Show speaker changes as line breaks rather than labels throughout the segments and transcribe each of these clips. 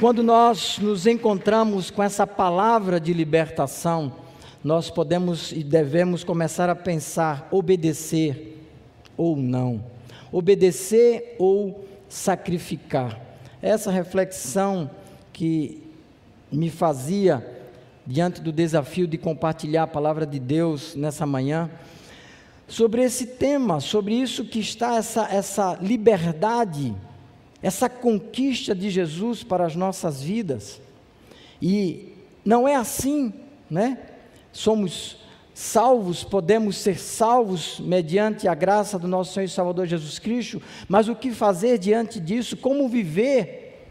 Quando nós nos encontramos com essa palavra de libertação, nós podemos e devemos começar a pensar: obedecer ou não, obedecer ou sacrificar. Essa reflexão que me fazia diante do desafio de compartilhar a palavra de Deus nessa manhã, sobre esse tema, sobre isso que está essa liberdade, essa conquista de Jesus para as nossas vidas. E não é assim, né? Somos salvos, podemos ser salvos mediante a graça do nosso Senhor e Salvador Jesus Cristo, mas o que fazer diante disso? Como viver?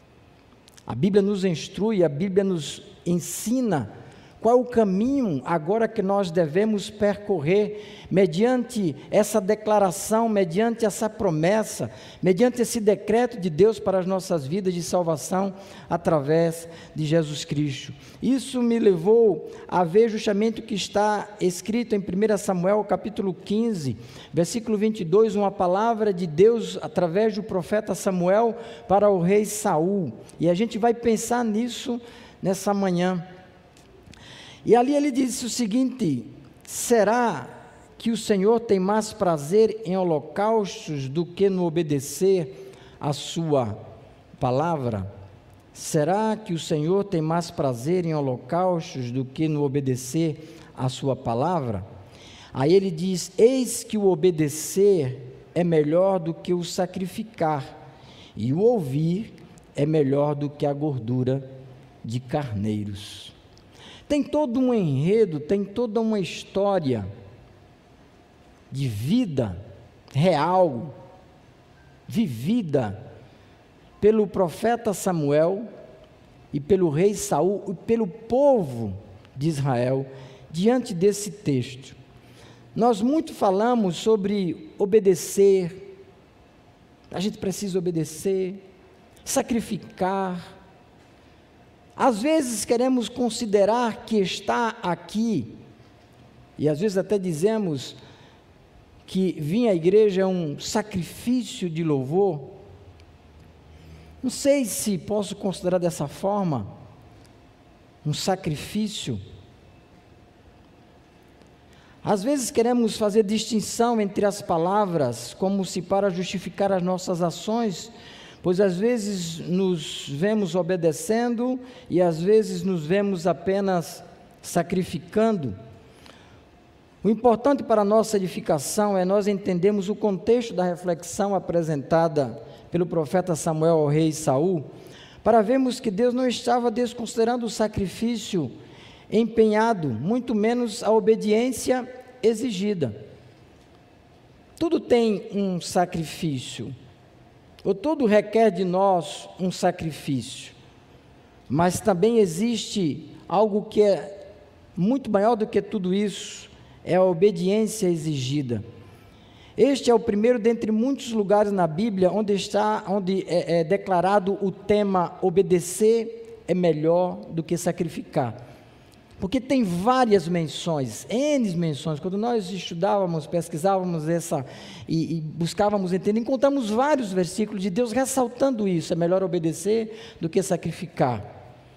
A Bíblia nos instrui, a Bíblia nos ensina qual é o caminho agora que nós devemos percorrer, mediante essa declaração, mediante essa promessa, mediante esse decreto de Deus para as nossas vidas de salvação, através de Jesus Cristo. Isso me levou a ver justamente o que está escrito em 1 Samuel, capítulo 15, versículo 22, uma palavra de Deus, através do profeta Samuel, para o rei Saul, e a gente vai pensar nisso nessa manhã. E ali ele disse o seguinte: será que o Senhor tem mais prazer em holocaustos do que no obedecer a sua palavra? Será que o Senhor tem mais prazer em holocaustos do que no obedecer a sua palavra? Aí ele diz: eis que o obedecer é melhor do que o sacrificar, e o ouvir é melhor do que a gordura de carneiros. Tem todo um enredo, tem toda uma história de vida real, vivida pelo profeta Samuel e pelo rei Saul e pelo povo de Israel, diante desse texto. Nós muito falamos sobre obedecer, a gente precisa obedecer, sacrificar. Às vezes queremos considerar que está aqui, e às vezes até dizemos que vir à igreja é um sacrifício de louvor. Não sei se posso considerar dessa forma, um sacrifício. Às vezes queremos fazer distinção entre as palavras, como se para justificar as nossas ações, pois às vezes nos vemos obedecendo e às vezes nos vemos apenas sacrificando. O importante para a nossa edificação é nós entendermos o contexto da reflexão apresentada pelo profeta Samuel ao rei Saul, para vermos que Deus não estava desconsiderando o sacrifício empenhado, muito menos a obediência exigida. Tudo tem um sacrifício, ou tudo requer de nós um sacrifício, mas também existe algo que é muito maior do que tudo isso, é a obediência exigida. Este é o primeiro dentre muitos lugares na Bíblia onde é declarado o tema: obedecer é melhor do que sacrificar. Porque tem várias menções, N menções. Quando nós estudávamos, pesquisávamos e buscávamos entender, encontramos vários versículos de Deus ressaltando isso: é melhor obedecer do que sacrificar.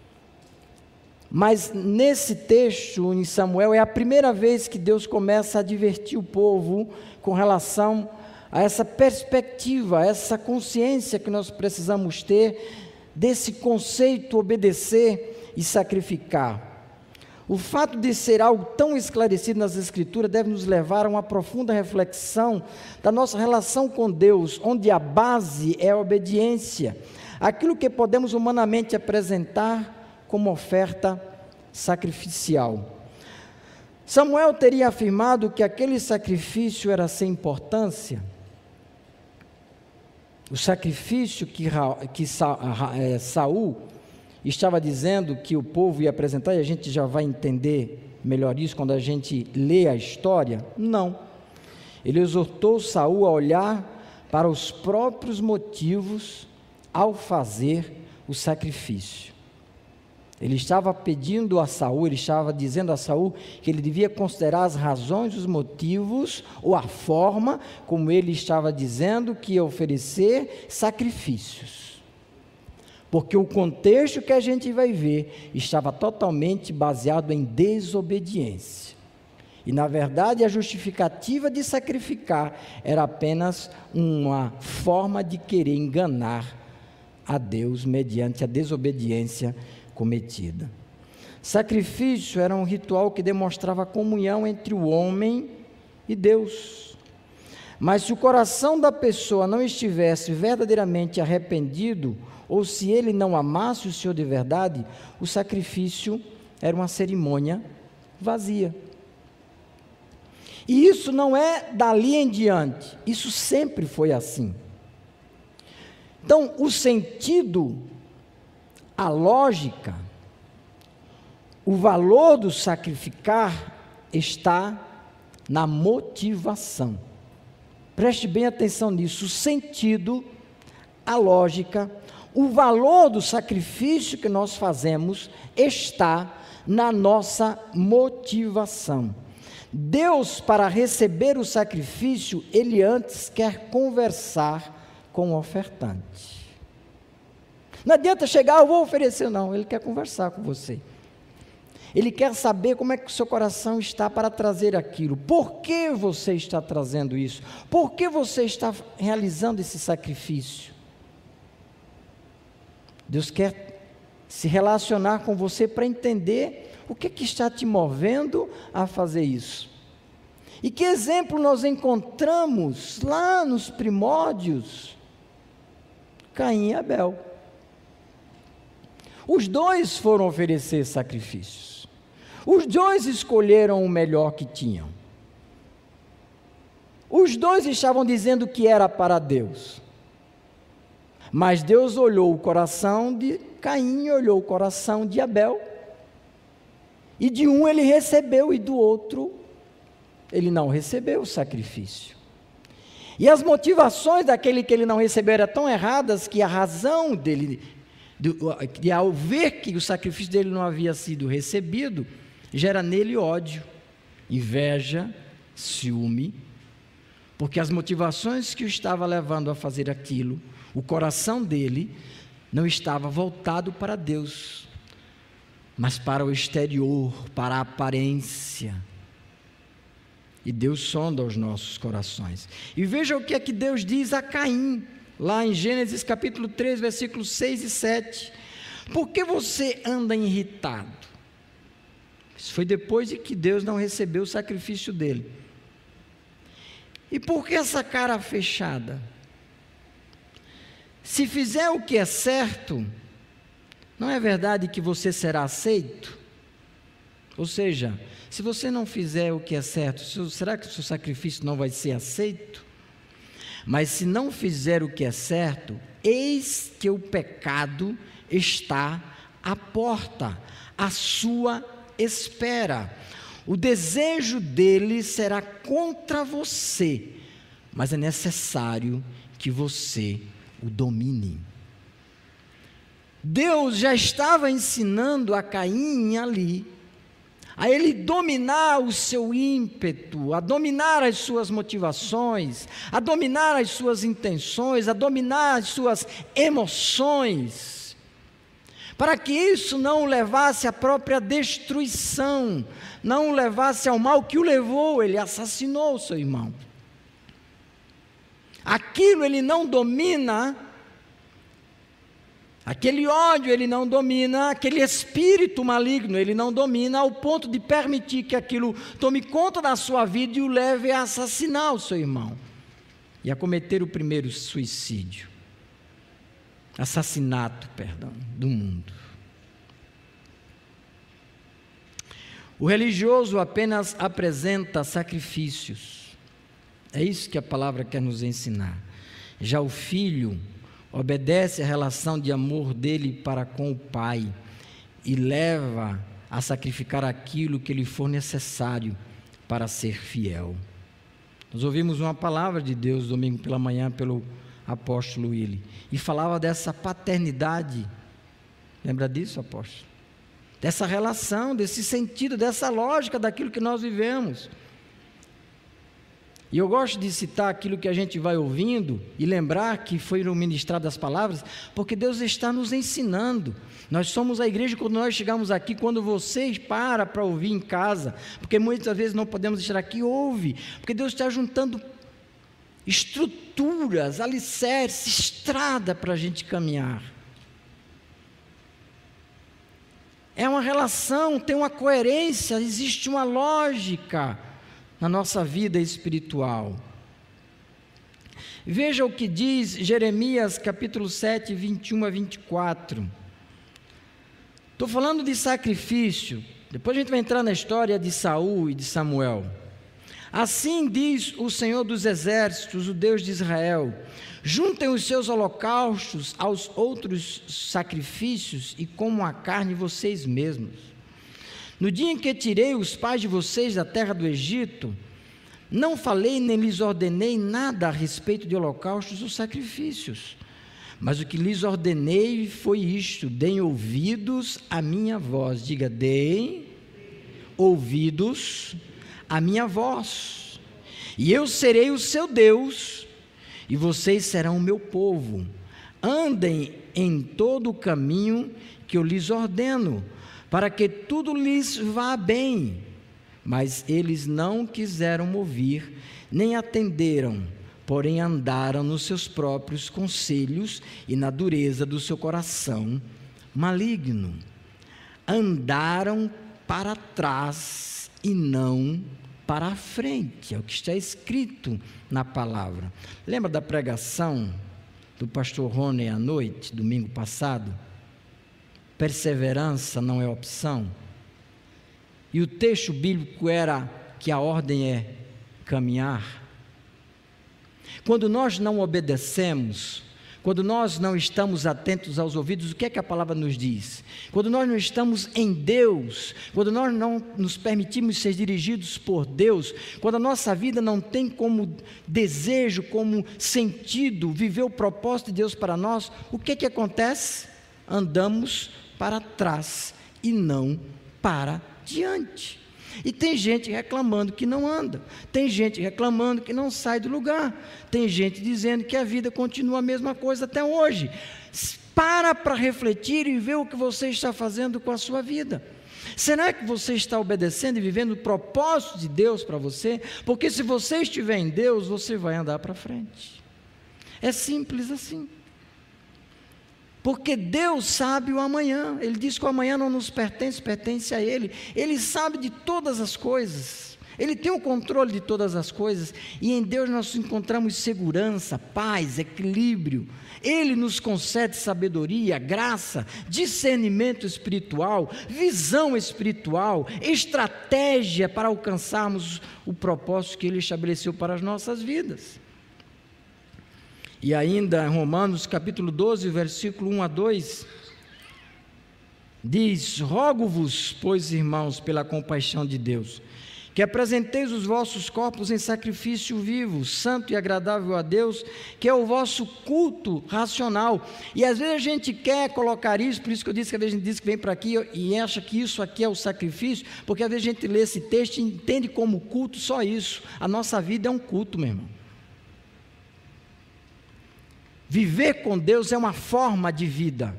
Mas nesse texto, em Samuel, é a primeira vez que Deus começa a advertir o povo com relação a essa perspectiva, a essa consciência que nós precisamos ter desse conceito obedecer e sacrificar. O fato de ser algo tão esclarecido nas Escrituras deve nos levar a uma profunda reflexão da nossa relação com Deus, onde a base é a obediência, aquilo que podemos humanamente apresentar como oferta sacrificial. Samuel teria afirmado que aquele sacrifício era sem importância. O sacrifício que Saul estava dizendo que o povo ia apresentar, e a gente já vai entender melhor isso quando a gente lê a história. Não. Ele exortou Saul a olhar para os próprios motivos ao fazer o sacrifício. Ele estava pedindo a Saul, ele estava dizendo a Saul que ele devia considerar as razões, os motivos, ou a forma como ele estava dizendo que ia oferecer sacrifícios. porque o contexto que a gente vai ver estava totalmente baseado em desobediência. E, na verdade, a justificativa de sacrificar era apenas uma forma de querer enganar a Deus mediante a desobediência cometida. Sacrifício era um ritual que demonstrava a comunhão entre o homem e Deus. Mas se o coração da pessoa não estivesse verdadeiramente arrependido, ou se ele não amasse o Senhor de verdade, o sacrifício era uma cerimônia vazia. E isso não é dali em diante, isso sempre foi assim. Então, o sentido, a lógica, o valor do sacrificar está na motivação. Preste bem atenção nisso. O sentido, a lógica, o valor do sacrifício que nós fazemos está na nossa motivação. Deus, para receber o sacrifício, Ele antes quer conversar com o ofertante. Não adianta chegar, eu vou oferecer, não. Ele quer conversar com você. Ele quer saber como é que o seu coração está para trazer aquilo. Por que você está trazendo isso? Por que você está realizando esse sacrifício? Deus quer se relacionar com você para entender o que está te movendo a fazer isso. E que exemplo nós encontramos lá nos primórdios? Caim e Abel. Os dois foram oferecer sacrifícios. Os dois escolheram o melhor que tinham. Os dois estavam dizendo que era para Deus. Mas Deus olhou o coração de Caim e olhou o coração de Abel. E de um ele recebeu e do outro ele não recebeu o sacrifício. E as motivações daquele que ele não recebeu eram tão erradas que a razão dele, ao ver que o sacrifício dele não havia sido recebido, gera nele ódio, inveja, ciúme, porque as motivações que o estava levando a fazer aquilo, o coração dele não estava voltado para Deus, mas para o exterior, para a aparência. E Deus sonda os nossos corações. E veja o que é que Deus diz a Caim, lá em Gênesis capítulo 3, versículos 6 e 7. Por que você anda irritado? Isso foi depois de que Deus não recebeu o sacrifício dele. E por que essa cara fechada? Se fizer o que é certo, não é verdade que você será aceito? Ou seja, se você não fizer o que é certo, será que o seu sacrifício não vai ser aceito? Mas se não fizer o que é certo, eis que o pecado está à porta, à sua espera. O desejo dele será contra você, mas é necessário que você o domine. Deus já estava ensinando a Caim ali, a ele dominar o seu ímpeto, a dominar as suas motivações, a dominar as suas intenções, a dominar as suas emoções, para que isso não o levasse à própria destruição, não o levasse ao mal que o levou, ele assassinou o seu irmão. Aquilo ele não domina, aquele ódio ele não domina, aquele espírito maligno ele não domina ao ponto de permitir que aquilo tome conta da sua vida e o leve a assassinar o seu irmão e a cometer o primeiro assassinato do mundo. O religioso apenas apresenta sacrifícios, é isso que a palavra quer nos ensinar. Já o filho obedece à relação de amor dele para com o pai e leva a sacrificar aquilo que lhe for necessário para ser fiel. Nós ouvimos uma palavra de Deus domingo pela manhã pelo apóstolo Willy, e falava dessa paternidade. Lembra disso, apóstolo? Dessa relação, desse sentido, dessa lógica daquilo que nós vivemos. E eu gosto de citar aquilo que a gente vai ouvindo e lembrar que foram ministradas as palavras, porque Deus está nos ensinando. Nós somos a igreja quando nós chegamos aqui, quando vocês param para ouvir em casa, porque muitas vezes não podemos estar aqui, ouve, porque Deus está juntando estruturas, alicerces, estrada para a gente caminhar. É uma relação, tem uma coerência, existe uma lógica na nossa vida espiritual. Veja o que diz Jeremias capítulo 7, 21 a 24. Estou falando de sacrifício, depois a gente vai entrar na história de Saul e de Samuel. Assim diz o Senhor dos Exércitos, o Deus de Israel: juntem os seus holocaustos aos outros sacrifícios e comam a carne vocês mesmos. No dia em que tirei os pais de vocês da terra do Egito, não falei nem lhes ordenei nada a respeito de holocaustos ou sacrifícios, mas o que lhes ordenei foi isto: deem ouvidos à minha voz. Diga, deem ouvidos à minha voz, e eu serei o seu Deus, e vocês serão o meu povo. Andem em todo o caminho que eu lhes ordeno, para que tudo lhes vá bem. Mas eles não quiseram ouvir, nem atenderam, porém andaram nos seus próprios conselhos e na dureza do seu coração maligno. Andaram para trás e não para a frente, é o que está escrito na palavra. Lembra da pregação do pastor Rony à noite, domingo passado? Perseverança não é opção. E o texto bíblico era que a ordem é caminhar. Quando nós não obedecemos, quando nós não estamos atentos aos ouvidos, o que é que a palavra nos diz? Quando nós não estamos em Deus, quando nós não nos permitimos ser dirigidos por Deus, quando a nossa vida não tem como desejo, como sentido, viver o propósito de Deus para nós, o que é que acontece? Andamos para trás e não para diante. E tem gente reclamando que não anda, tem gente reclamando que não sai do lugar, tem gente dizendo que a vida continua a mesma coisa até hoje. Para refletir e ver o que você está fazendo com a sua vida. Será que você está obedecendo e vivendo o propósito de Deus para você? Porque se você estiver em Deus, você vai andar para frente. É simples assim. Porque Deus sabe o amanhã. Ele diz que o amanhã não nos pertence, pertence a Ele. Ele sabe de todas as coisas. Ele tem o controle de todas as coisas. E em Deus nós encontramos segurança, paz, equilíbrio. Ele nos concede sabedoria, graça, discernimento espiritual, visão espiritual, estratégia para alcançarmos o propósito que Ele estabeleceu para as nossas vidas. E ainda em Romanos capítulo 12, versículo 1 a 2, diz: rogo-vos, pois, irmãos, pela compaixão de Deus, que apresenteis os vossos corpos em sacrifício vivo, santo e agradável a Deus, que é o vosso culto racional. E às vezes a gente quer colocar isso, por isso que eu disse que às vezes a gente diz que vem para aqui e acha que isso aqui é o sacrifício, porque às vezes a gente lê esse texto e entende como culto só isso. A nossa vida é um culto, meu irmão. Viver com Deus é uma forma de vida.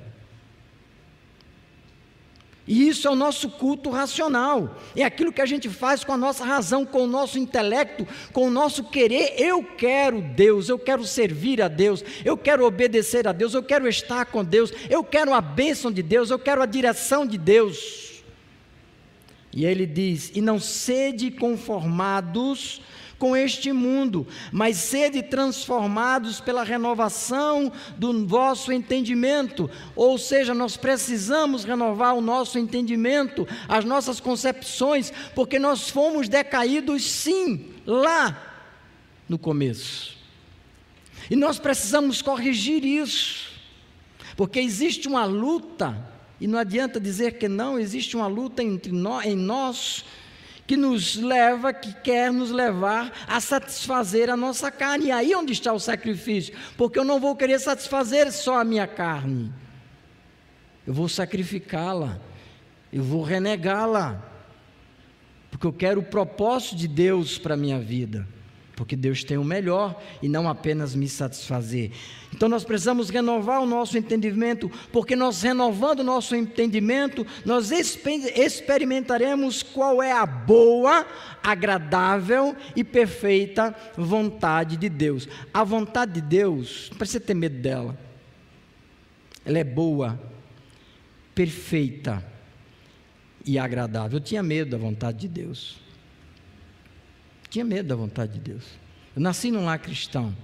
E isso é o nosso culto racional. É aquilo que a gente faz com a nossa razão, com o nosso intelecto, com o nosso querer. Eu quero Deus, eu quero servir a Deus, eu quero obedecer a Deus, eu quero estar com Deus, eu quero a bênção de Deus, eu quero a direção de Deus. E ele diz: e não sede conformados com este mundo, mas sede transformados pela renovação do vosso entendimento. Ou seja, nós precisamos renovar o nosso entendimento, as nossas concepções, porque nós fomos decaídos sim, lá no começo. E nós precisamos corrigir isso, porque existe uma luta, e não adianta dizer que não, existe uma luta em nós, que nos leva, que quer nos levar a satisfazer a nossa carne. E aí onde está o sacrifício? Porque eu não vou querer satisfazer só a minha carne, eu vou sacrificá-la, eu vou renegá-la, porque eu quero o propósito de Deus para a minha vida, porque Deus tem o melhor e não apenas me satisfazer. Então nós precisamos renovar o nosso entendimento, porque nós renovando o nosso entendimento, nós experimentaremos qual é a boa, agradável e perfeita vontade de Deus. A vontade de Deus, não precisa ter medo dela, ela é boa, perfeita e agradável. Eu tinha medo da vontade de Deus. Tinha medo da vontade de Deus. Eu nasci num lar cristão.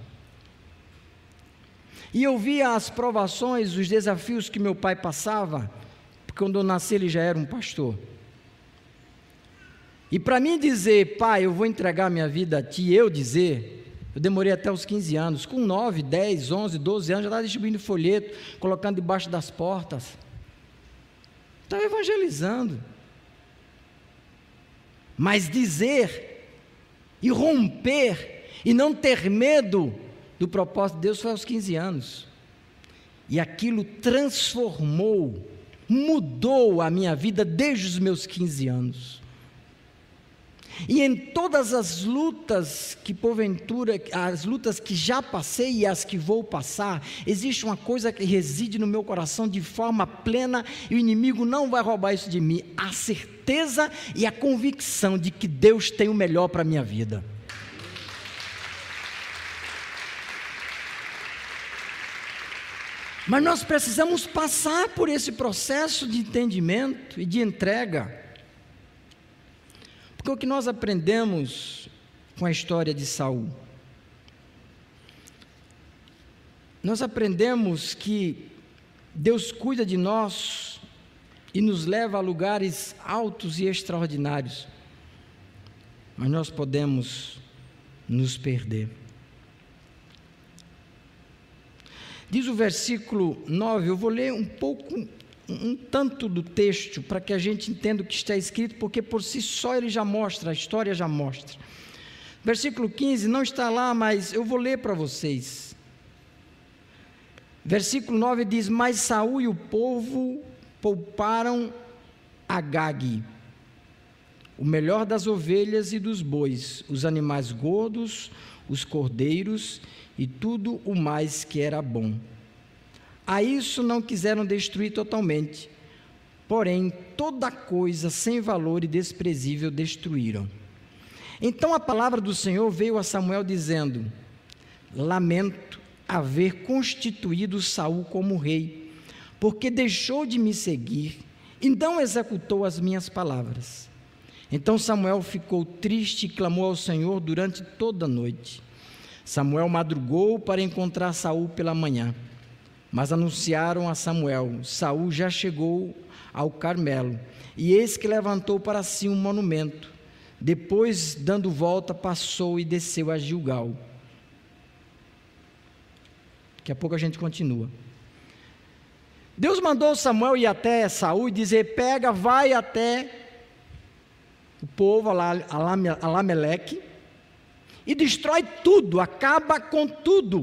E eu via as provações, os desafios que meu pai passava, porque quando eu nasci ele já era um pastor. E para mim dizer, pai, eu vou entregar minha vida a ti, eu demorei até os 15 anos. Com 9, 10, 11, 12 anos, já estava distribuindo folheto, colocando debaixo das portas. Estava evangelizando. Mas dizer e romper e não ter medo do propósito de Deus foi aos 15 anos. E aquilo transformou, mudou a minha vida desde os meus 15 anos. E em todas as lutas que porventura, as lutas que já passei e as que vou passar, existe uma coisa que reside no meu coração de forma plena e o inimigo não vai roubar isso de mim: a certeza e a convicção de que Deus tem o melhor para a minha vida. Mas nós precisamos passar por esse processo de entendimento e de entrega. Porque o que nós aprendemos com a história de Saul? Nós aprendemos que Deus cuida de nós e nos leva a lugares altos e extraordinários, mas nós podemos nos perder. Diz o versículo 9, eu vou ler um tanto do texto, para que a gente entenda o que está escrito, porque por si só ele já mostra, a história já mostra. Versículo 15, não está lá, mas eu vou ler para vocês. Versículo 9 diz, mas Saul e o povo pouparam Agag, o melhor das ovelhas e dos bois, os animais gordos, os cordeiros e tudo o mais que era bom. A isso não quiseram destruir totalmente, porém toda coisa sem valor e desprezível destruíram. Então a palavra do Senhor veio a Samuel dizendo, lamento haver constituído Saul como rei, porque deixou de me seguir e não executou as minhas palavras. Então Samuel ficou triste e clamou ao Senhor durante toda a noite. Samuel madrugou para encontrar Saul pela manhã, mas anunciaram a Samuel, Saul já chegou ao Carmelo, e eis que levantou para si um monumento. Depois, dando volta, passou e desceu a Gilgal. Daqui a pouco a gente continua. Deus mandou Samuel ir até Saul e dizer, pega, vai até o povo, Alameleque, e destrói tudo, acaba com tudo.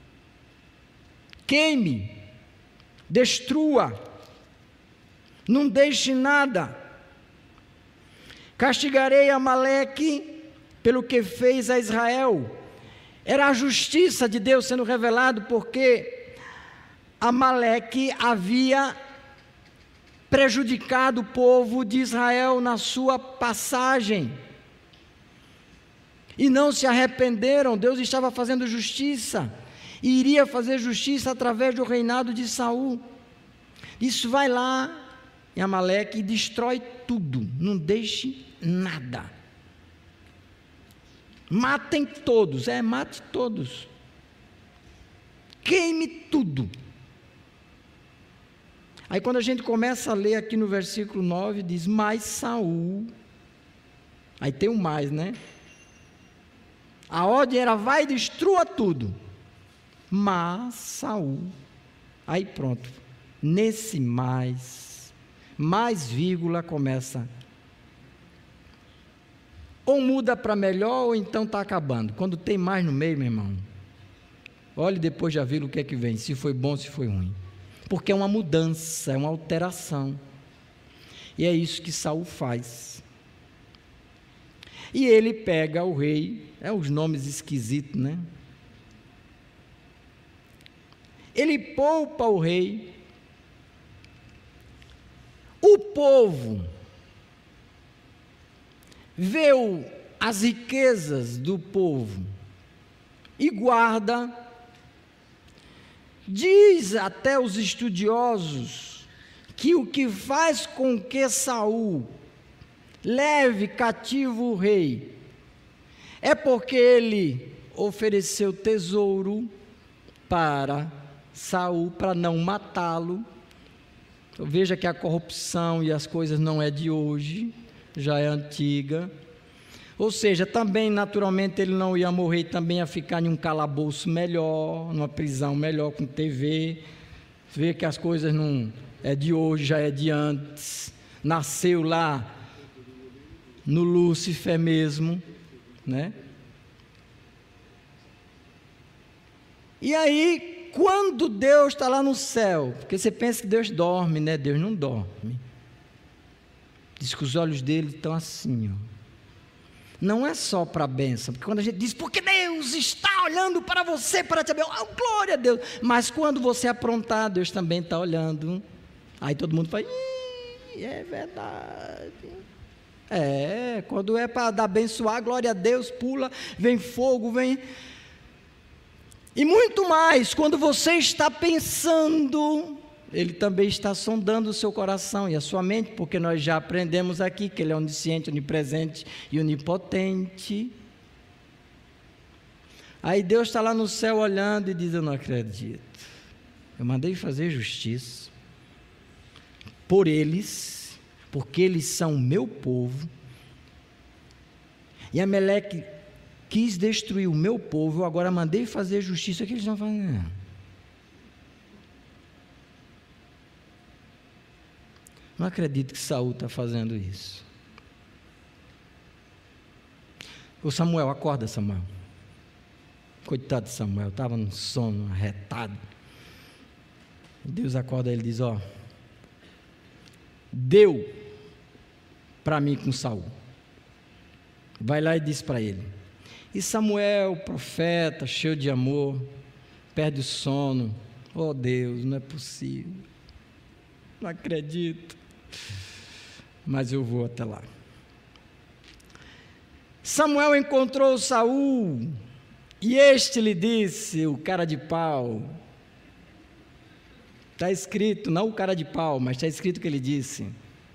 Queime, destrua, não deixe nada. Castigarei Amaleque pelo que fez a Israel. Era a justiça de Deus sendo revelado, porque Amaleque havia prejudicado o povo de Israel na sua passagem. E não se arrependeram. Deus estava fazendo justiça. E iria fazer justiça através do reinado de Saul. Isso vai lá em Amaleque e destrói tudo, não deixe nada. Matem todos, mate todos. Queime tudo. Aí quando a gente começa a ler aqui no versículo 9, diz, mas Saul, aí tem um mais, né? A ordem era, vai e destrua tudo. Mas Saul, aí pronto, nesse mais vírgula começa, ou muda para melhor, ou então está acabando. Quando tem mais no meio, meu irmão, olhe depois já viram o que é que vem, se foi bom, se foi ruim, porque é uma mudança, é uma alteração, e é isso que Saul faz. E ele pega o rei, os nomes esquisitos, né? Ele poupa o rei. O povo vê as riquezas do povo e guarda. Diz até os estudiosos que o que faz com que Saul leve cativo o rei é porque ele ofereceu tesouro para Saul, para não matá-lo. Então, veja que a corrupção e as coisas não é de hoje, já é antiga. Ou seja, também naturalmente ele não ia morrer, também ia ficar em um calabouço melhor, numa prisão melhor, com TV. Vê que as coisas não é de hoje, já é de antes. Nasceu lá no Lúcifer mesmo, né? E aí, quando Deus está lá no céu, porque você pensa que Deus dorme, né? Deus não dorme. Diz que os olhos dele estão assim, ó. Não é só para a bênção, porque quando a gente diz, porque Deus está olhando para você, para te abençoar, oh, glória a Deus, mas quando você aprontar, Deus também está olhando. Aí todo mundo fala, é verdade. Quando é para abençoar, glória a Deus, pula, vem fogo, vem. E muito mais, quando você está pensando, Ele também está sondando o seu coração e a sua mente, porque nós já aprendemos aqui que Ele é onisciente, onipresente e onipotente. Aí Deus está lá no céu olhando e diz, eu não acredito, eu mandei fazer justiça por eles, porque eles são o meu povo, e Amaleque quis destruir o meu povo, eu agora mandei fazer justiça, o que eles estão fazendo? Não acredito que Saul está fazendo isso. Ô Samuel, acorda, Samuel. Coitado de Samuel, estava num sono arretado. Deus acorda ele e diz, ó, deu para mim com Saul. Vai lá e diz para ele. E Samuel, profeta, cheio de amor, perde o sono. Oh Deus, não é possível. Não acredito. Mas eu vou até lá. Samuel encontrou Saul, e este lhe disse, o cara de pau. Está escrito, não o cara de pau, mas está escrito que ele disse: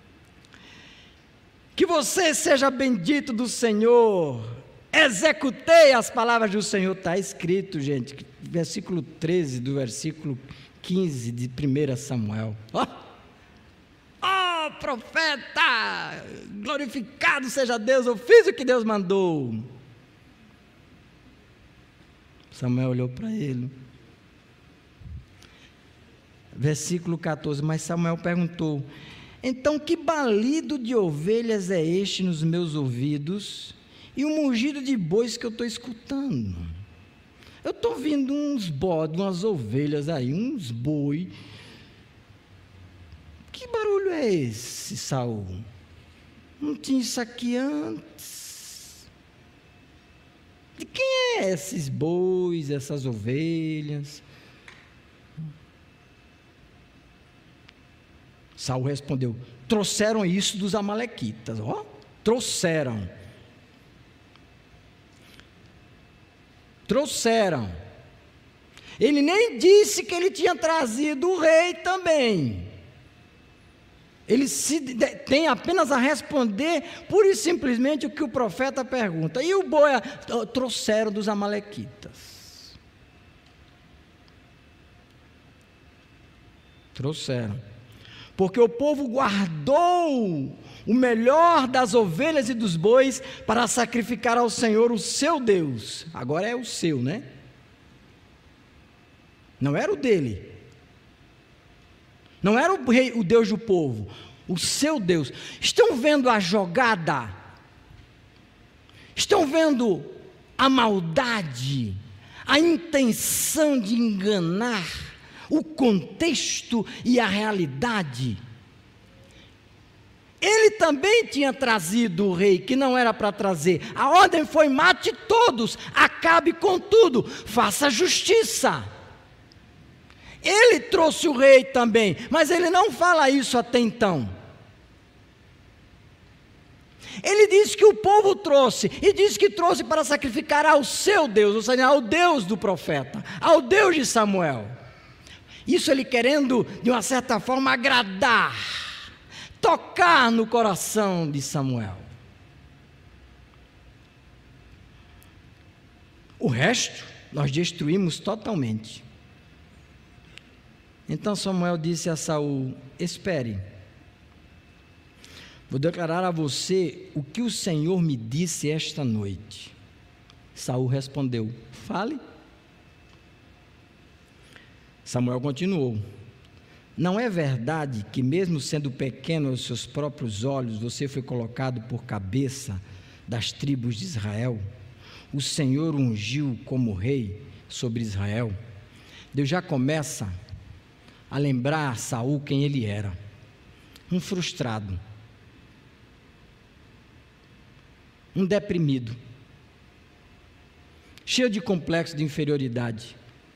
que você seja bendito do Senhor, executei as palavras do Senhor. Está escrito, gente, versículo 13 do versículo 15 de 1 Samuel. Oh, profeta, glorificado seja Deus, eu fiz o que Deus mandou. Samuel olhou para ele. Versículo 14, mas Samuel perguntou: então que balido de ovelhas é este nos meus ouvidos, e o mugido de bois que eu estou escutando? Eu estou ouvindo uns bodes, umas ovelhas aí, uns boi. Que barulho é esse, Saul? Não tinha isso aqui antes. De quem é esses bois, essas ovelhas? Saul respondeu: trouxeram isso dos amalequitas. Ó, trouxeram. Ele nem disse que ele tinha trazido o rei também. Ele tem apenas a responder pura e simplesmente o que o profeta pergunta. E o boi? Trouxeram dos amalequitas. Trouxeram. Porque o povo guardou o melhor das ovelhas e dos bois para sacrificar ao Senhor, o seu Deus. Agora é o seu, né? Não era o dele. Não era o rei, o Deus do povo, o seu Deus. Estão vendo a jogada? Estão vendo a maldade, a intenção de enganar, o contexto e a realidade? Ele também tinha trazido o rei, que não era para trazer. A ordem foi: mate todos, acabe com tudo, faça justiça. Ele trouxe o rei também, mas ele não fala isso até então. Ele diz que o povo trouxe, e diz que trouxe para sacrificar ao seu Deus, ou seja, ao Deus do profeta, ao Deus de Samuel. Isso ele querendo, de uma certa forma, agradar, tocar no coração de Samuel. O resto, nós destruímos totalmente. Então Samuel disse a Saul: espere, vou declarar a você o que o Senhor me disse esta noite. Saul respondeu: fale. Samuel continuou: não é verdade que, mesmo sendo pequeno aos seus próprios olhos, você foi colocado por cabeça das tribos de Israel? O Senhor ungiu como rei sobre Israel. Deus já começa a lembrar a Saul quem ele era: um frustrado, um deprimido, cheio de complexo de inferioridade,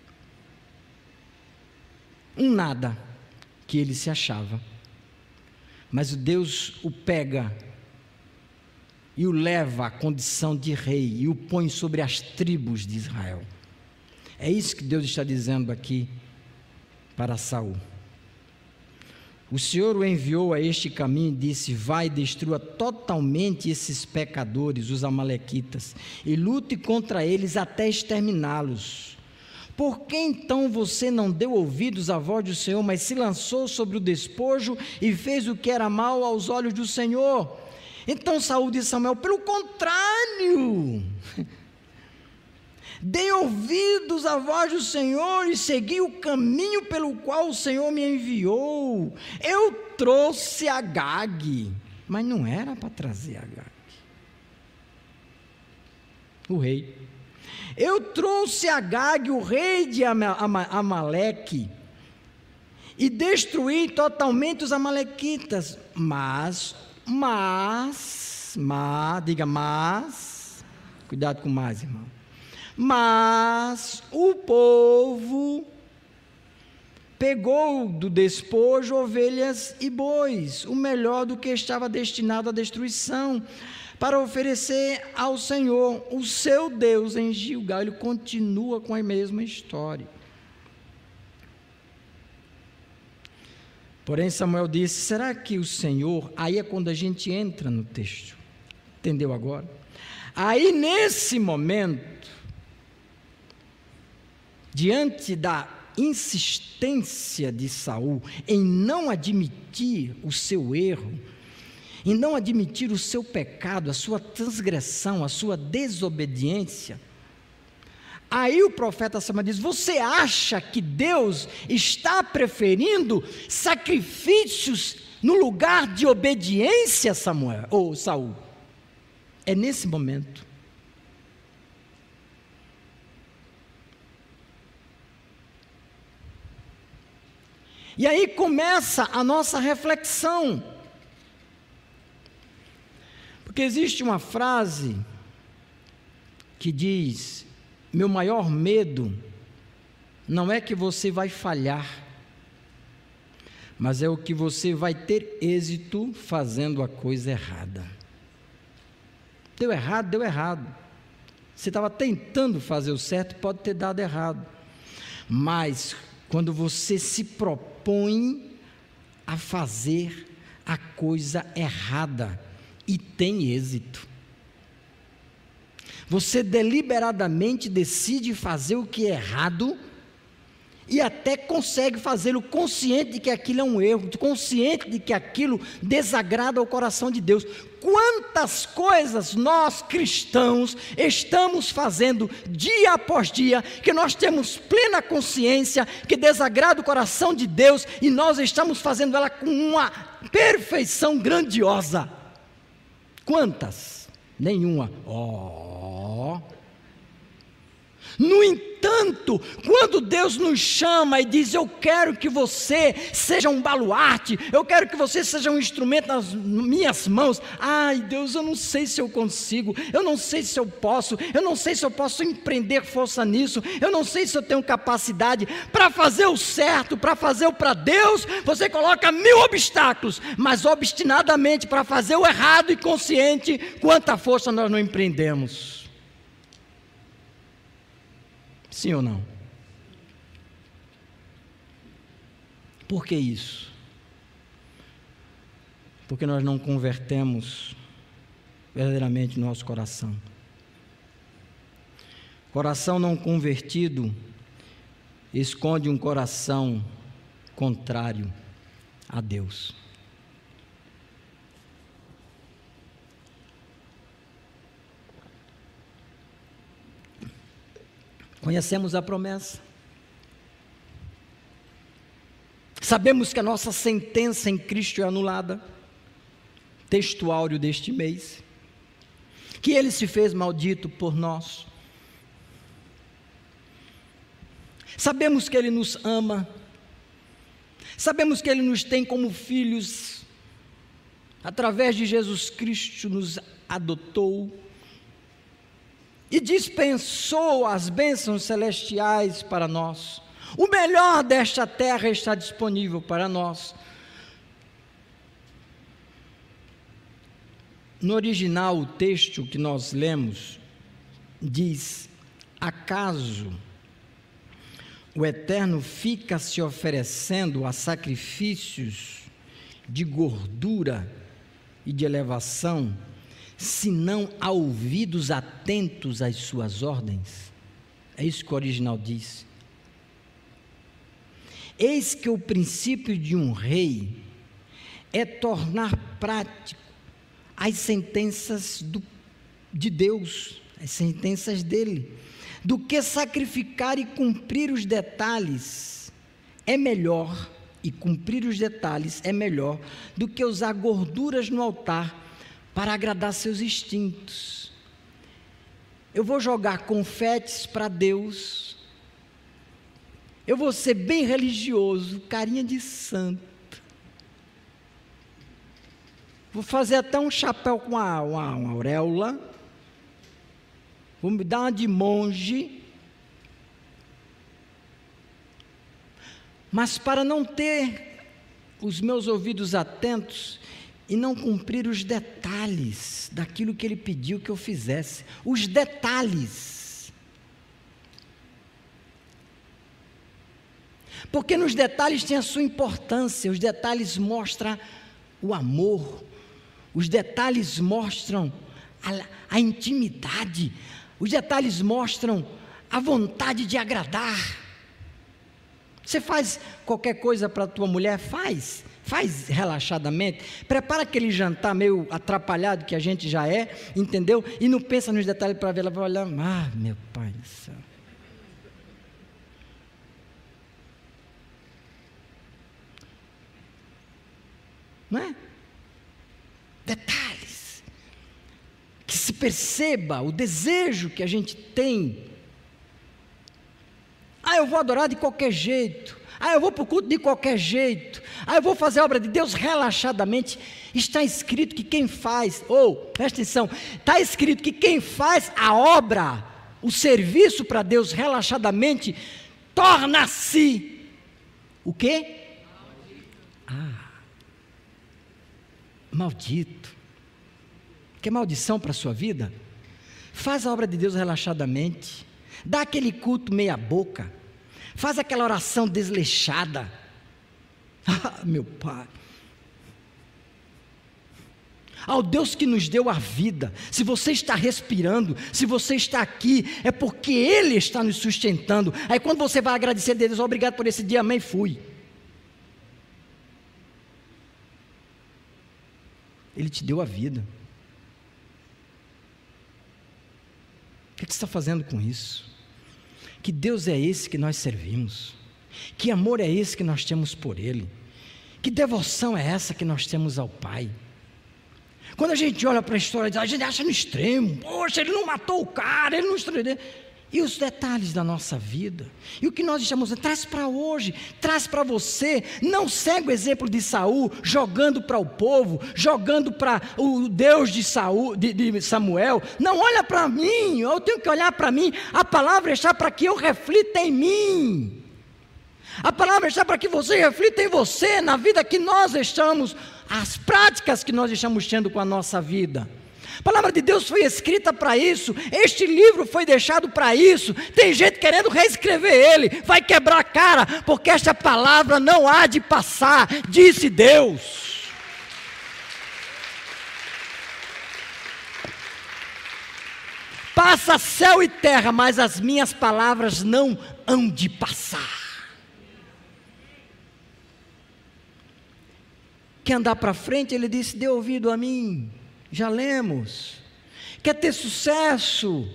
um nada que ele se achava. Mas Deus o pega e o leva à condição de rei e o põe sobre as tribos de Israel. É isso que Deus está dizendo aqui para Saul. O Senhor o enviou a este caminho e disse: vai e destrua totalmente esses pecadores, os amalequitas, e lute contra eles até exterminá-los. Por que então você não deu ouvidos à voz do Senhor, mas se lançou sobre o despojo e fez o que era mal aos olhos do Senhor? Então Saul disse a Samuel: pelo contrário, dei ouvidos à voz do Senhor e segui o caminho pelo qual o Senhor me enviou. Eu trouxe Agag, mas não era para trazer Agag, o rei. Eu trouxe Agag, o rei de Amaleque, e destruí totalmente os amalequitas. Mas, cuidado com mais, irmão. Mas o povo pegou do despojo ovelhas e bois, o melhor do que estava destinado à destruição, para oferecer ao Senhor, o seu Deus, em Gilgal. Ele continua com a mesma história. Porém Samuel disse: será que o Senhor... Aí é quando a gente entra no texto, entendeu agora? Aí nesse momento, diante da insistência de Saul em não admitir o seu erro, em não admitir o seu pecado, a sua transgressão, a sua desobediência, aí o profeta Samuel diz: você acha que Deus está preferindo sacrifícios no lugar de obediência, Samuel, ou Saul? É nesse momento. E aí começa a nossa reflexão. Porque existe uma frase que diz: meu maior medo não é que você vai falhar, mas é o que você vai ter êxito fazendo a coisa errada. Deu errado, deu errado. Você estava tentando fazer o certo, pode ter dado errado. Mas quando você se propõe a fazer a coisa errada e tem êxito, você deliberadamente decide fazer o que é errado e até consegue fazê-lo consciente de que aquilo é um erro, consciente de que aquilo desagrada ao coração de Deus. Quantas coisas nós cristãos estamos fazendo dia após dia, que nós temos plena consciência que desagrada o coração de Deus, e nós estamos fazendo ela com uma perfeição grandiosa. Quantas? Nenhuma. No entanto, quando Deus nos chama e diz: eu quero que você seja um baluarte, eu quero que você seja um instrumento nas minhas mãos. Ai Deus, eu não sei se eu consigo, eu não sei se eu posso, eu não sei se eu posso empreender força nisso, eu não sei se eu tenho capacidade para fazer o certo, para fazer o para Deus. Você coloca 1000 obstáculos, mas obstinadamente para fazer o errado e consciente, quanta força nós não empreendemos. Sim ou não? Por que isso? Porque nós não convertemos verdadeiramente nosso coração. Coração não convertido esconde um coração contrário a Deus. Conhecemos a promessa. Sabemos que a nossa sentença em Cristo é anulada. Texto áureo deste mês. Que Ele se fez maldito por nós. Sabemos que Ele nos ama. Sabemos que Ele nos tem como filhos. Através de Jesus Cristo nos adotou. E dispensou as bênçãos celestiais para nós. O melhor desta terra está disponível para nós. No original, o texto que nós lemos diz: acaso o Eterno fica se oferecendo a sacrifícios de gordura e de elevação, se não há ouvidos atentos às suas ordens? É isso que o original diz. Eis que o princípio de um rei é tornar prático as sentenças de Deus, as sentenças dele, do que sacrificar e cumprir os detalhes. É melhor, e cumprir os detalhes é melhor, do que usar gorduras no altar para agradar seus instintos. Eu vou jogar confetes para Deus, eu vou ser bem religioso, carinha de santo, vou fazer até um chapéu com uma auréola, vou me dar uma de monge, mas para não ter os meus ouvidos atentos e não cumprir os detalhes daquilo que Ele pediu que eu fizesse, os detalhes. Porque nos detalhes tem a sua importância, os detalhes mostram o amor, os detalhes mostram a intimidade, os detalhes mostram a vontade de agradar. Você faz qualquer coisa para a tua mulher? Faz relaxadamente, prepara aquele jantar meio atrapalhado que a gente já é, entendeu? E não pensa nos detalhes para ver, ela vai olhar, meu pai do céu. Não é? Detalhes, que se perceba o desejo que a gente tem. Eu vou adorar de qualquer jeito, eu vou para o culto de qualquer jeito, eu vou fazer a obra de Deus relaxadamente. Está escrito que quem faz, presta atenção, está escrito que quem faz a obra, o serviço para Deus relaxadamente, torna-se o quê? Maldito. Quer maldição para a sua vida? Faz a obra de Deus relaxadamente, dá aquele culto meia boca, faz aquela oração desleixada. Meu Pai, ao Deus que nos deu a vida, se você está respirando, se você está aqui, é porque Ele está nos sustentando. Aí quando você vai agradecer a Deus, obrigado por esse dia, amém, fui. Ele te deu a vida. O que você está fazendo com isso? Que Deus é esse que nós servimos? Que amor é esse que nós temos por Ele? Que devoção é essa que nós temos ao Pai? Quando a gente olha para a história, a gente acha no extremo, poxa, ele não matou o cara, ele não estranhou. E os detalhes da nossa vida, e o que nós estamos fazendo, traz para hoje, traz para você. Não segue o exemplo de Saul, jogando para o povo, jogando para o Deus de Samuel. Não olha para mim, eu tenho que olhar para mim. A palavra está para que eu reflita em mim. A palavra está para que você reflita em você, na vida que nós estamos, as práticas que nós estamos tendo com a nossa vida. A palavra de Deus foi escrita para isso, este livro foi deixado para isso. Tem gente querendo reescrever ele, vai quebrar a cara, porque esta palavra não há de passar, disse Deus. Passa céu e terra, mas as minhas palavras não hão de passar. Quer andar para frente? Ele disse: dê ouvido a mim. Já lemos. Quer ter sucesso?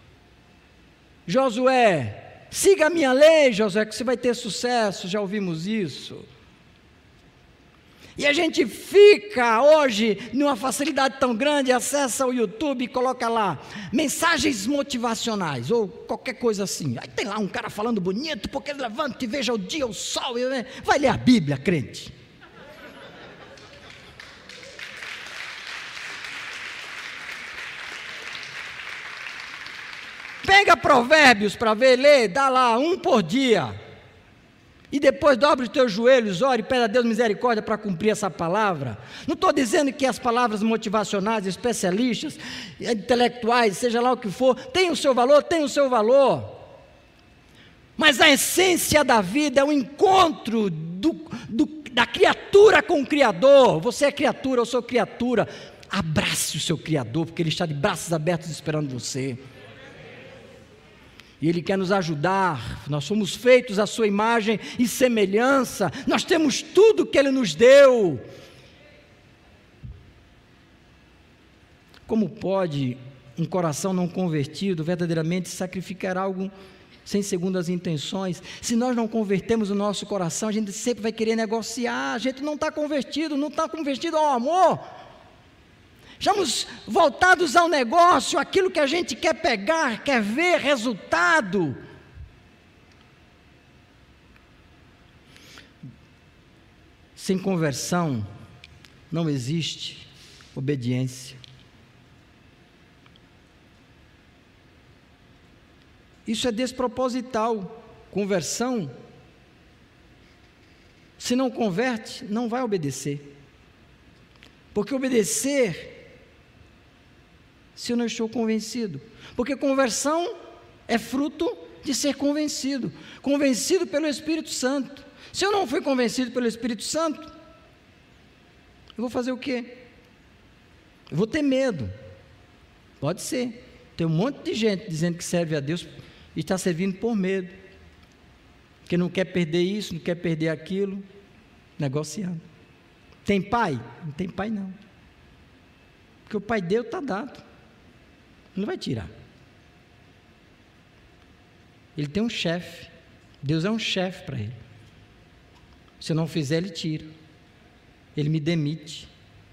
Josué, siga a minha lei, Josué, que você vai ter sucesso. Já ouvimos isso. E a gente fica hoje numa facilidade tão grande, acessa o YouTube e coloca lá mensagens motivacionais ou qualquer coisa assim. Aí tem lá um cara falando bonito, porque levanta e veja o dia, o sol. Vai ler a Bíblia, crente. Pega Provérbios para ver, lê, dá lá 1 por dia. E depois dobre os teus joelhos, ore e pede a Deus misericórdia para cumprir essa palavra. Não estou dizendo que as palavras motivacionais, especialistas, intelectuais, seja lá o que for, tem o seu valor, tem o seu valor. Mas a essência da vida é o encontro da criatura com o Criador. Você é criatura, eu sou criatura. Abrace o seu Criador, porque Ele está de braços abertos esperando você. E Ele quer nos ajudar. Nós somos feitos à sua imagem e semelhança. Nós temos tudo que Ele nos deu. Como pode um coração não convertido verdadeiramente sacrificar algo sem segundas intenções? Se nós não convertemos o nosso coração, a gente sempre vai querer negociar. A gente não está convertido, não está convertido ao amor. Estamos voltados ao negócio, aquilo que a gente quer pegar, quer ver resultado. Sem conversão não existe obediência. Isso é desproposital. Conversão, se não converte, não vai obedecer. Porque obedecer, se eu não estou convencido. Porque conversão é fruto de ser convencido. Convencido pelo Espírito Santo. Se eu não fui convencido pelo Espírito Santo, eu vou fazer o quê? Eu vou ter medo. Pode ser. Tem um monte de gente dizendo que serve a Deus e está servindo por medo. Porque não quer perder isso, não quer perder aquilo. Negociando. Tem pai? Não tem pai não. Porque o pai deu, está dado. Não vai tirar. Ele tem um chefe. Deus é um chefe para ele. Se eu não fizer, ele tira. Ele me demite.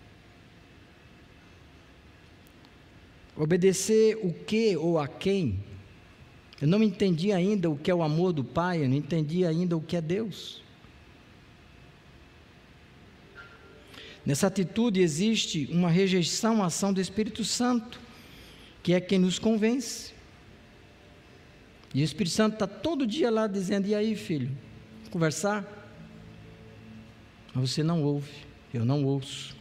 Obedecer o que ou a quem? Eu não entendi ainda o que é o amor do Pai, eu não entendi ainda o que é Deus. Nessa atitude existe uma rejeição à ação do Espírito Santo, que é quem nos convence. E o Espírito Santo está todo dia lá dizendo: e aí, filho, conversar? Mas você não ouve, eu não ouço.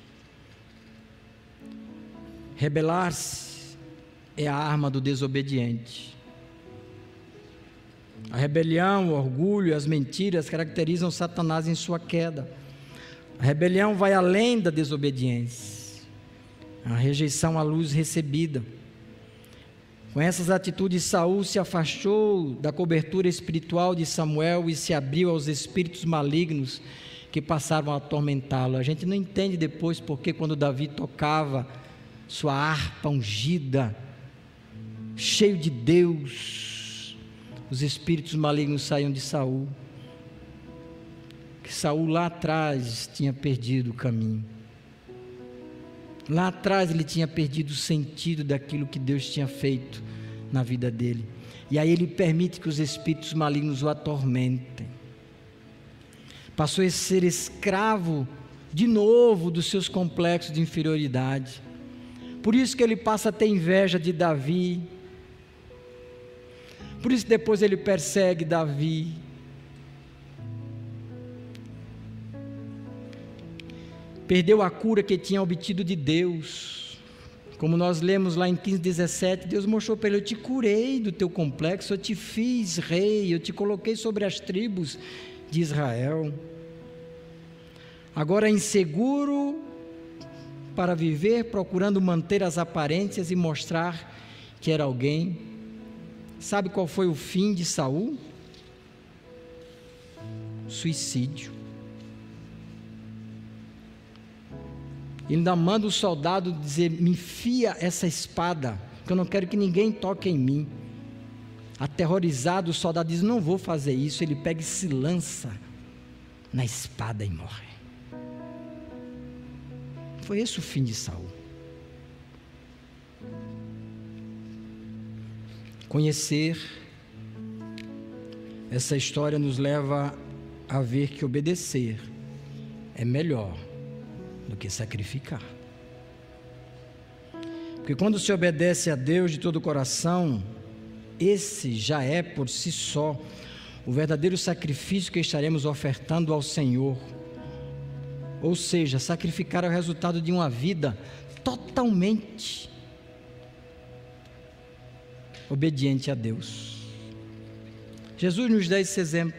Rebelar-se é a arma do desobediente. A rebelião, o orgulho, as mentiras caracterizam Satanás em sua queda. A rebelião vai além da desobediência, a rejeição à luz recebida. Com essas atitudes, Saul se afastou da cobertura espiritual de Samuel e se abriu aos espíritos malignos que passavam a atormentá-lo. A gente não entende depois porque quando Davi tocava sua harpa ungida, cheio de Deus, os espíritos malignos saíam de Saul. Que Saul lá atrás tinha perdido o caminho. Lá atrás ele tinha perdido o sentido daquilo que Deus tinha feito na vida dele. E aí ele permite que os espíritos malignos o atormentem. Passou a ser escravo de novo dos seus complexos de inferioridade. Por isso que ele passa a ter inveja de Davi. Por isso depois ele persegue Davi. Perdeu a cura que tinha obtido de Deus. Como nós lemos lá em 15:17, Deus mostrou para ele: eu te curei do teu complexo, eu te fiz rei, eu te coloquei sobre as tribos de Israel. Agora inseguro para viver, procurando manter as aparências e mostrar que era alguém. Sabe qual foi o fim de Saul? Suicídio. Ele ainda manda o soldado dizer: me enfia essa espada, que eu não quero que ninguém toque em mim. Aterrorizado, o soldado diz: não vou fazer isso. Ele pega e se lança na espada e morre. Foi esse o fim de Saul. Conhecer essa história nos leva a ver que obedecer é melhor do que sacrificar. Porque quando se obedece a Deus de todo o coração, esse já é por si só o verdadeiro sacrifício que estaremos ofertando ao Senhor. Ou seja, sacrificar é o resultado de uma vida totalmente obediente a Deus. Jesus nos dá esse exemplo.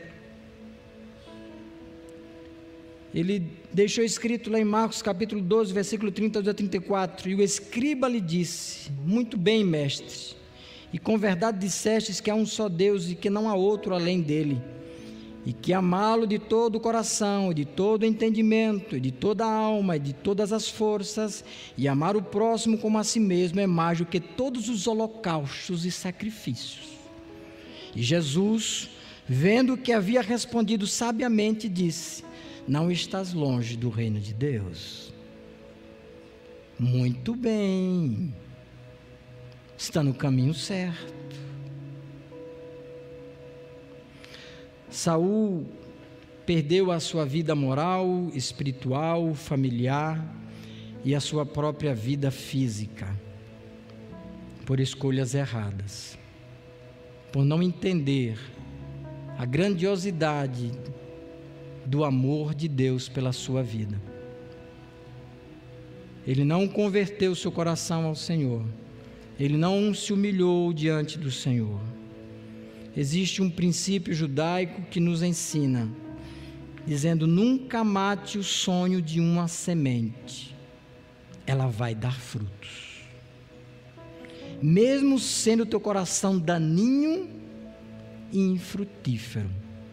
Ele deixou escrito lá em Marcos capítulo 12, versículo 30 a 34, e o escriba lhe disse: muito bem, mestre, e com verdade dissestes que há um só Deus e que não há outro além dele, e que amá-lo de todo o coração, e de todo o entendimento, e de toda a alma, e de todas as forças, e amar o próximo como a si mesmo é mais do que todos os holocaustos e sacrifícios. E Jesus, vendo que havia respondido sabiamente, disse: não estás longe do reino de Deus. Muito bem, está no caminho certo. Saul perdeu a sua vida moral, espiritual, familiar e a sua própria vida física por escolhas erradas, por não entender a grandiosidade do amor de Deus pela sua vida. Ele não converteu seu coração ao Senhor, ele não se humilhou diante do Senhor. Existe um princípio judaico que nos ensina, dizendo: nunca mate o sonho de uma semente, ela vai dar frutos. Mesmo sendo o teu coração daninho e infrutífero.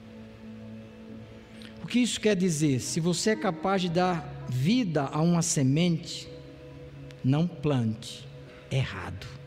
O que isso quer dizer? Se você é capaz de dar vida a uma semente, não plante errado.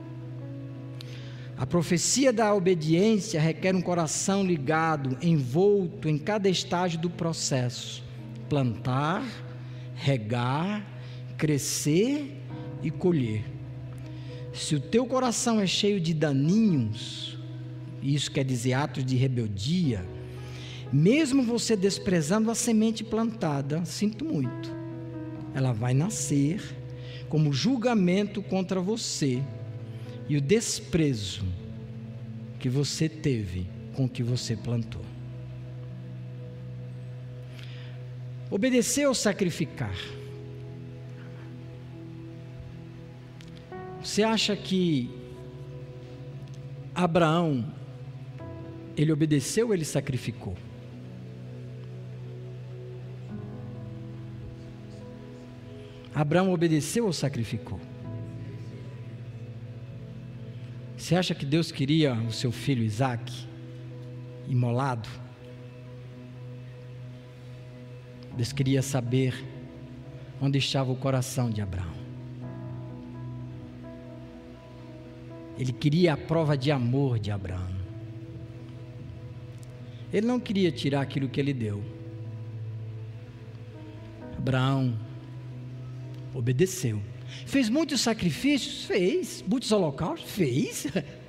A profecia da obediência requer um coração ligado, envolto em cada estágio do processo: plantar, regar, crescer e colher. Se o teu coração é cheio de daninhos, isso quer dizer atos de rebeldia, mesmo você desprezando a semente plantada, sinto muito, ela vai nascer como julgamento contra você e o desprezo que você teve com o que você plantou. Obedecer ou sacrificar? Você acha que Abraão, ele obedeceu ou ele sacrificou? Abraão obedeceu ou sacrificou? Você acha que Deus queria o seu filho Isaque imolado? Deus queria saber onde estava o coração de Abraão. Ele queria a prova de amor de Abraão. Ele não queria tirar aquilo que ele deu. Abraão obedeceu. Fez muitos sacrifícios? Fez. Muitos holocaustos? Fez.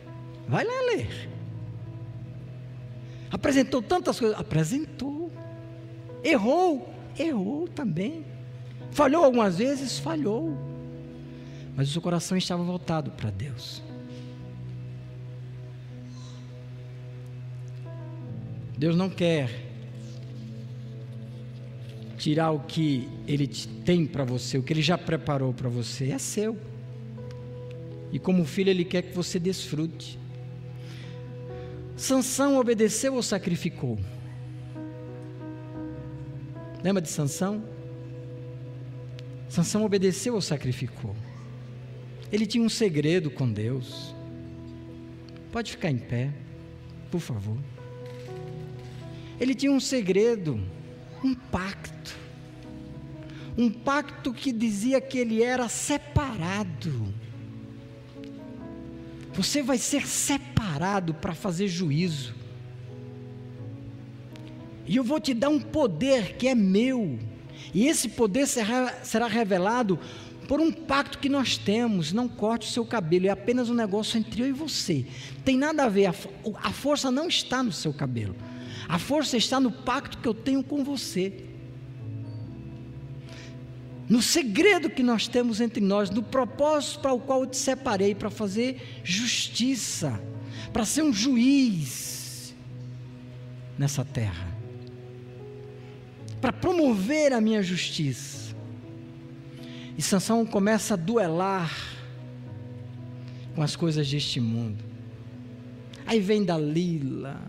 Vai lá ler. Apresentou tantas coisas, apresentou. Errou também. Falhou algumas vezes, falhou. Mas o seu coração estava voltado para Deus. Deus não quer tirar o que Ele tem para você, o que Ele já preparou para você, é seu. E como filho, Ele quer que você desfrute. Sansão obedeceu ou sacrificou? Lembra de Sansão? Sansão obedeceu ou sacrificou? Ele tinha um segredo com Deus. Pode ficar em pé, por favor. Ele tinha um segredo, um pacto que dizia que ele era separado. Você vai ser separado para fazer juízo, e eu vou te dar um poder que é meu, e esse poder será revelado por um pacto que nós temos. Não corte o seu cabelo, é apenas um negócio entre eu e você, tem nada a ver, a força não está no seu cabelo, a força está no pacto que eu tenho com você, no segredo que nós temos entre nós, no propósito para o qual eu te separei, para fazer justiça, para ser um juiz nessa terra, para promover a minha justiça. E Sansão começa a duelar com as coisas deste mundo. Aí vem Dalila,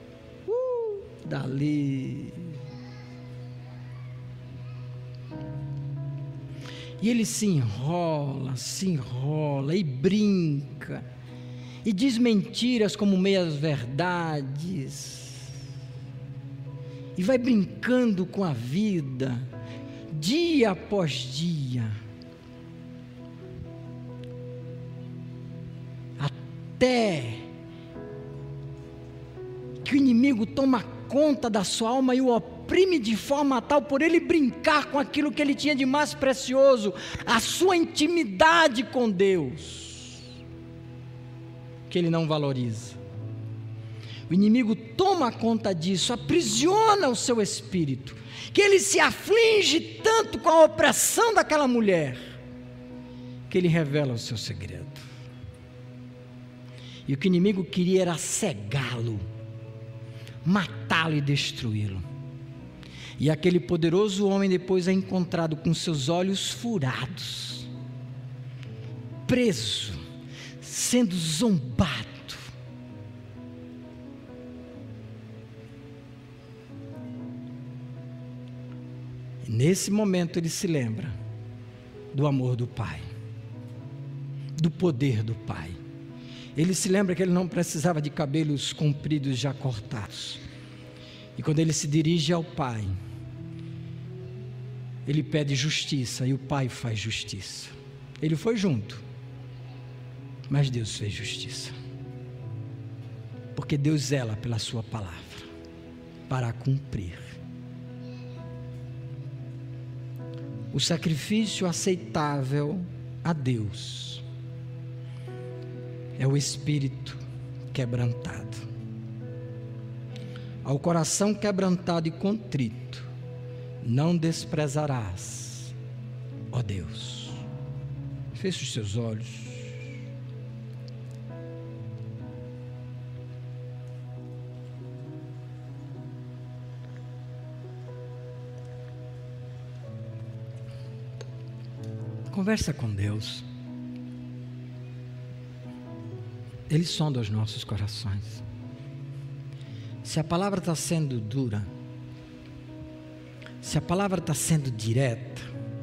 e ele se enrola e brinca, e diz mentiras como meias verdades, e vai brincando com a vida, dia após dia, até que o inimigo toma conta da sua alma e o oprime de forma tal, por ele brincar com aquilo que ele tinha de mais precioso, a sua intimidade com Deus, que ele não valoriza. O inimigo toma conta disso, aprisiona o seu espírito, que ele se aflige tanto com a opressão daquela mulher, que ele revela o seu segredo. E o que o inimigo queria era cegá-lo, matá-lo e destruí-lo. E aquele poderoso homem depois é encontrado com seus olhos furados, preso, sendo zombado. E nesse momento ele se lembra do amor do Pai, do poder do Pai. Ele se lembra que ele não precisava de cabelos compridos já cortados. E quando ele se dirige ao Pai, ele pede justiça e o Pai faz justiça. Ele foi junto, mas Deus fez justiça, porque Deus zela pela sua palavra para cumprir. O sacrifício aceitável a Deus é o espírito quebrantado. Ao coração quebrantado e contrito não desprezarás, ó Deus. Feche os seus olhos. Conversa com Deus. Ele sonda os nossos corações. Se a palavra está sendo dura, se a palavra está sendo direta,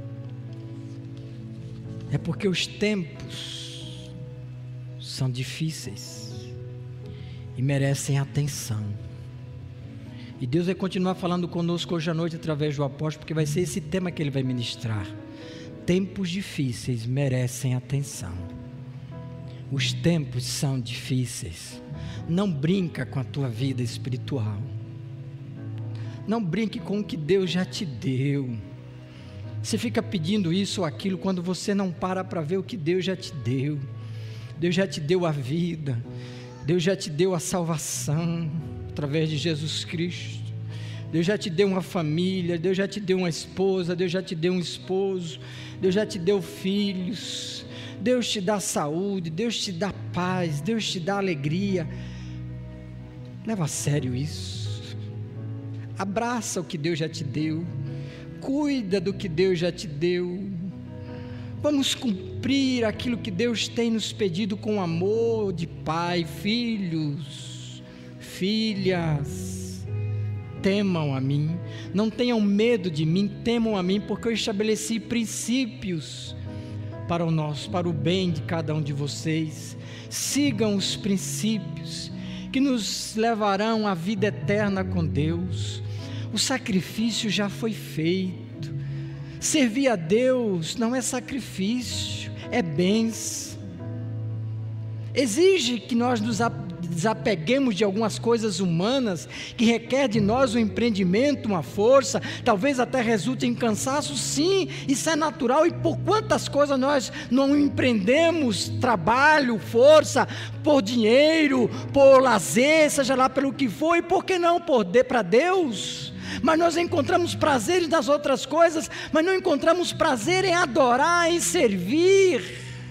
é porque os tempos são difíceis e merecem atenção. E Deus vai continuar falando conosco hoje à noite através do apóstolo, porque vai ser esse tema que ele vai ministrar. Tempos difíceis merecem atenção. Os tempos são difíceis. Não brinca com a tua vida espiritual. Não brinque com o que Deus já te deu. Você fica pedindo isso ou aquilo quando você não para ver o que Deus já te deu. Deus já te deu a vida. Deus já te deu a salvação através de Jesus Cristo. Deus já te deu uma família, Deus já te deu uma esposa, Deus já te deu um esposo, Deus já te deu filhos, Deus te dá saúde, Deus te dá paz, Deus te dá alegria. Leva a sério isso. Abraça o que Deus já te deu, cuida do que Deus já te deu. Vamos cumprir aquilo que Deus tem nos pedido com amor de pai. Filhos, filhas, temam a mim, não tenham medo de mim, temam a mim, porque eu estabeleci princípios para o bem de cada um de vocês. Sigam os princípios que nos levarão à vida eterna com Deus. O sacrifício já foi feito. Servir a Deus não é sacrifício, é bênção. Exige que nós nos desapeguemos de algumas coisas humanas, que requer de nós um empreendimento, uma força, talvez até resulte em cansaço. Sim, isso é natural. E por quantas coisas nós não empreendemos trabalho, força, por dinheiro, por lazer, seja lá pelo que for, e por que não para Deus? Mas nós encontramos prazeres nas outras coisas, mas não encontramos prazer em adorar, em servir.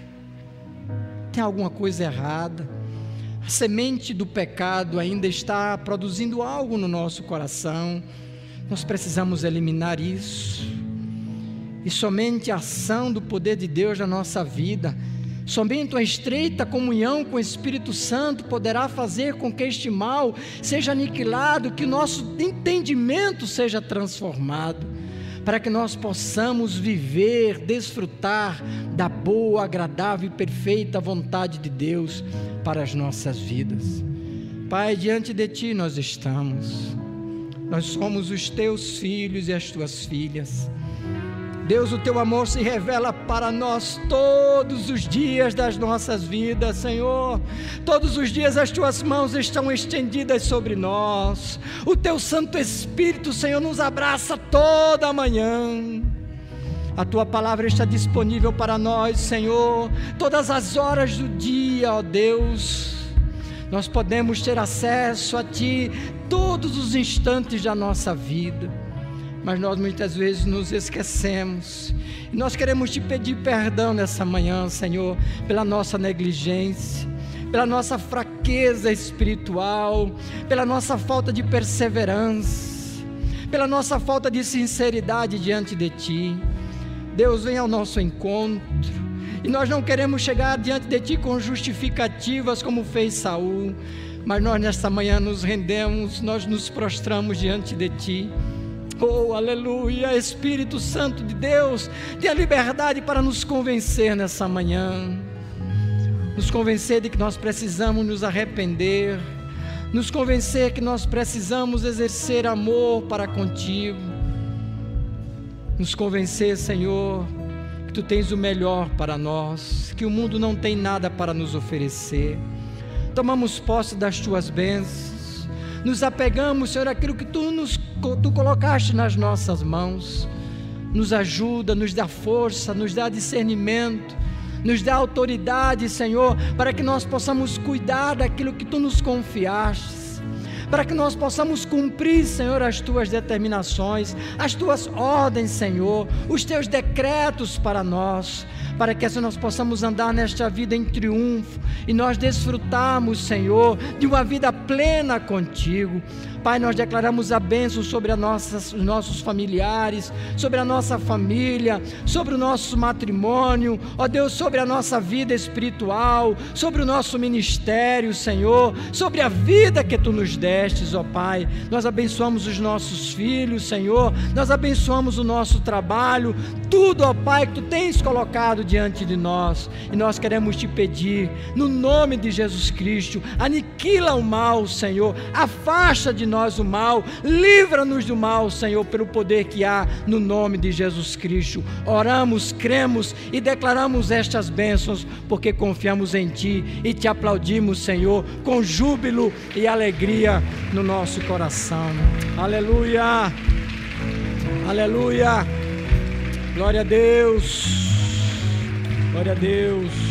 Tem alguma coisa errada. A semente do pecado ainda está produzindo algo no nosso coração. Nós precisamos eliminar isso. E somente a ação do poder de Deus na nossa vida, somente uma estreita comunhão com o Espírito Santo poderá fazer com que este mal seja aniquilado, que o nosso entendimento seja transformado, para que nós possamos viver, desfrutar da boa, agradável e perfeita vontade de Deus para as nossas vidas. Pai, diante de Ti nós estamos. Nós somos os Teus filhos e as Tuas filhas. Deus, o Teu amor se revela para nós todos os dias das nossas vidas, Senhor. Todos os dias as Tuas mãos estão estendidas sobre nós. O Teu Santo Espírito, Senhor, nos abraça toda manhã. A Tua palavra está disponível para nós, Senhor, todas as horas do dia, ó Deus. Nós podemos ter acesso a Ti todos os instantes da nossa vida. Mas nós muitas vezes nos esquecemos, e nós queremos Te pedir perdão nessa manhã, Senhor, pela nossa negligência, pela nossa fraqueza espiritual, pela nossa falta de perseverança, pela nossa falta de sinceridade diante de Ti. Deus, vem ao nosso encontro, e nós não queremos chegar diante de Ti com justificativas como fez Saul, mas nós nesta manhã nos rendemos, nós nos prostramos diante de Ti. Oh, aleluia, Espírito Santo de Deus, tenha liberdade para nos convencer nessa manhã, nos convencer de que nós precisamos nos arrepender, nos convencer que nós precisamos exercer amor para contigo, nos convencer, Senhor, que Tu tens o melhor para nós, que o mundo não tem nada para nos oferecer. Tomamos posse das Tuas bênçãos, nos apegamos, Senhor, àquilo que Tu colocaste nas nossas mãos. Nos ajuda, nos dá força, nos dá discernimento, nos dá autoridade, Senhor, para que nós possamos cuidar daquilo que Tu nos confiaste, para que nós possamos cumprir, Senhor, as Tuas determinações, as Tuas ordens, Senhor, os Teus decretos para nós, para que assim nós possamos andar nesta vida em triunfo, e nós desfrutarmos, Senhor, de uma vida plena contigo. Pai, nós declaramos a bênção sobre os nossos familiares, sobre a nossa família, sobre o nosso matrimônio, ó Deus, sobre a nossa vida espiritual, sobre o nosso ministério, Senhor, sobre a vida que Tu nos destes, ó Pai. Nós abençoamos os nossos filhos, Senhor, nós abençoamos o nosso trabalho, tudo, ó Pai, que Tu tens colocado diante de nós, e nós queremos Te pedir, no nome de Jesus Cristo, aniquila o mal, Senhor, afasta de nós o mal, livra-nos do mal, Senhor, pelo poder que há no nome de Jesus Cristo. Oramos, cremos e declaramos estas bênçãos, porque confiamos em Ti e Te aplaudimos, Senhor, com júbilo e alegria no nosso coração. Aleluia, aleluia, glória a Deus, glória a Deus.